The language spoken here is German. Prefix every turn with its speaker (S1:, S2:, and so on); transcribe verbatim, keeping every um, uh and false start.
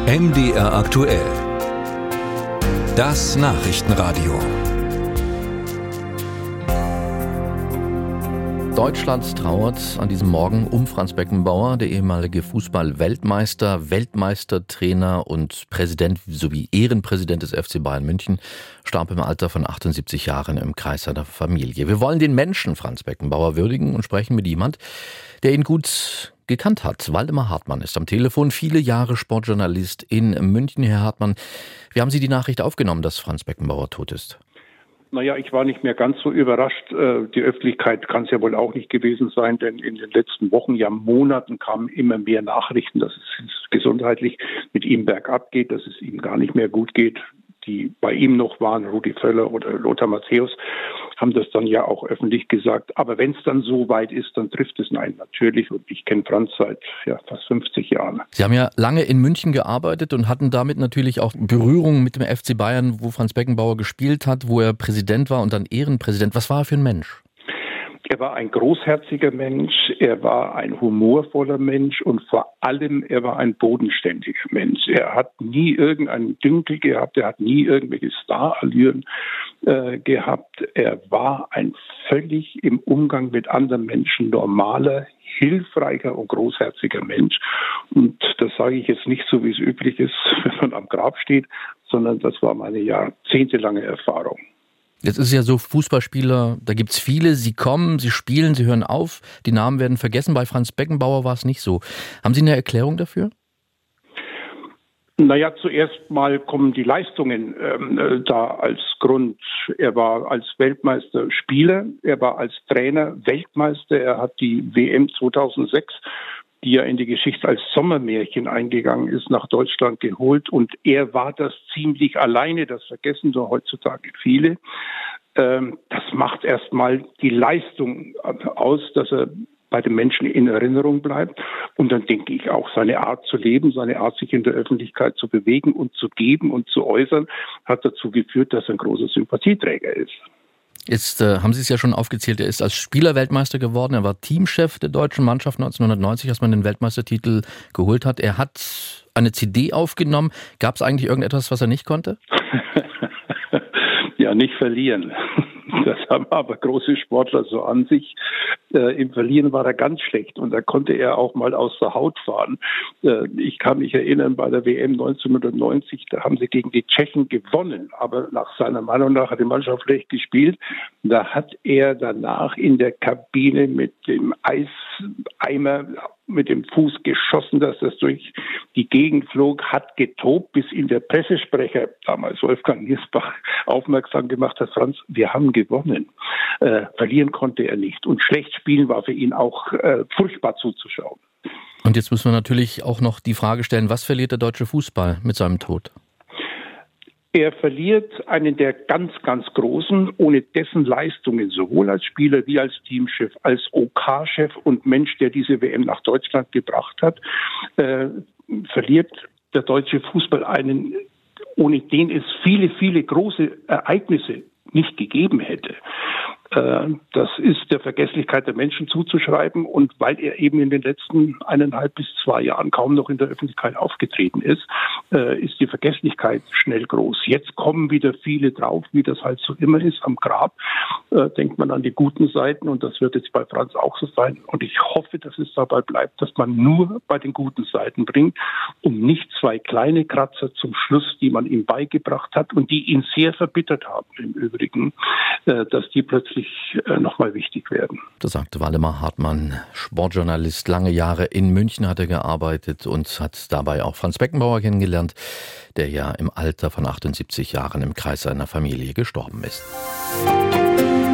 S1: M D R aktuell. Das Nachrichtenradio.
S2: Deutschland trauert an diesem Morgen um Franz Beckenbauer, der ehemalige Fußball-Weltmeister, Weltmeistertrainer und Präsident sowie Ehrenpräsident des F C Bayern München, starb im Alter von achtundsiebzig Jahren im Kreis seiner Familie. Wir wollen den Menschen Franz Beckenbauer würdigen und sprechen mit jemand, der ihn gut gekannt hat. Waldemar Hartmann ist am Telefon, viele Jahre Sportjournalist in München. Herr Hartmann, wie haben Sie die Nachricht aufgenommen, dass Franz Beckenbauer tot ist?
S3: Naja, ich war nicht mehr ganz so überrascht. Die Öffentlichkeit kann es ja wohl auch nicht gewesen sein, denn in den letzten Wochen, ja Monaten kamen immer mehr Nachrichten, dass es gesundheitlich mit ihm bergab geht, dass es ihm gar nicht mehr gut geht. Die bei ihm noch waren, Rudi Völler oder Lothar Matthäus, haben das dann ja auch öffentlich gesagt. Aber wenn es dann so weit ist, dann trifft es einen natürlich. Und ich kenne Franz seit ja, fast fünfzig Jahren.
S2: Sie haben ja lange in München gearbeitet und hatten damit natürlich auch Berührung mit dem F C Bayern, wo Franz Beckenbauer gespielt hat, wo er Präsident war und dann Ehrenpräsident. Was war er für ein Mensch?
S3: Er war ein großherziger Mensch, er war ein humorvoller Mensch und vor allem, er war ein bodenständiger Mensch. Er hat nie irgendeinen Dünkel gehabt, er hat nie irgendwelche Starallüren äh, gehabt. Er war ein völlig im Umgang mit anderen Menschen normaler, hilfreicher und großherziger Mensch. Und das sage ich jetzt nicht so, wie es üblich ist, wenn man am Grab steht, sondern das war meine jahrzehntelange Erfahrung.
S2: Jetzt ist es ja so, Fußballspieler, da gibt's viele, sie kommen, sie spielen, sie hören auf, die Namen werden vergessen. Bei Franz Beckenbauer war es nicht so. Haben Sie eine Erklärung dafür?
S3: Naja, zuerst mal kommen die Leistungen ähm, da als Grund. Er war als Weltmeister Spieler, er war als Trainer Weltmeister, er hat die W M zweitausendsechs, die ja in die Geschichte als Sommermärchen eingegangen ist, nach Deutschland geholt. Und er war das ziemlich alleine, das vergessen so heutzutage viele. Ähm, das macht erstmal die Leistung aus, dass er bei den Menschen in Erinnerung bleibt. Und dann denke ich auch, seine Art zu leben, seine Art, sich in der Öffentlichkeit zu bewegen und zu geben und zu äußern, hat dazu geführt, dass er ein großer Sympathieträger ist.
S2: Jetzt äh, haben Sie es ja schon aufgezählt, er ist als Spieler Weltmeister geworden, er war Teamchef der deutschen Mannschaft neunzehnhundertneunzig, als man den Weltmeistertitel geholt hat. Er hat eine C D aufgenommen. Gab es eigentlich irgendetwas, was er nicht konnte?
S3: Ja, nicht verlieren. Das haben aber große Sportler so an sich. Äh, Im Verlieren war er ganz schlecht und da konnte er auch mal aus der Haut fahren. Äh, ich kann mich erinnern, bei der W M neunzehnhundertneunzig, da haben sie gegen die Tschechen gewonnen, aber nach seiner Meinung nach hat die Mannschaft schlecht gespielt. Da hat er danach in der Kabine mit dem Eiseimer mit dem Fuß geschossen, dass das durch die Gegend flog, hat getobt, bis ihn der Pressesprecher, damals Wolfgang Niersbach, aufmerksam gemacht hat: Franz, wir haben gewonnen. Äh, verlieren konnte er nicht. Und schlecht spielen war für ihn auch äh, furchtbar zuzuschauen.
S2: Und jetzt müssen wir natürlich auch noch die Frage stellen, was verliert der deutsche Fußball mit seinem Tod?
S3: Er verliert einen der ganz, ganz Großen, ohne dessen Leistungen sowohl als Spieler wie als Teamchef, als O K-Chef und Mensch, der diese W M nach Deutschland gebracht hat, äh, verliert der deutsche Fußball einen, ohne den es viele, viele große Ereignisse nicht gegeben hätte. Das ist der Vergesslichkeit der Menschen zuzuschreiben und weil er eben in den letzten eineinhalb bis zwei Jahren kaum noch in der Öffentlichkeit aufgetreten ist, ist die Vergesslichkeit schnell groß. Jetzt kommen wieder viele drauf, wie das halt so immer ist. Am Grab denkt man an die guten Seiten und das wird jetzt bei Franz auch so sein. Und ich hoffe, dass es dabei bleibt, dass man nur bei den guten Seiten bringt, um nicht zwei kleine Kratzer zum Schluss, die man ihm beigebracht hat und die ihn sehr verbittert haben im Übrigen, dass die plötzlich nochmal wichtig werden.
S2: Das sagte Waldemar Hartmann, Sportjournalist. Lange Jahre in München hat er gearbeitet und hat dabei auch Franz Beckenbauer kennengelernt, der ja im Alter von achtundsiebzig Jahren im Kreis seiner Familie gestorben ist.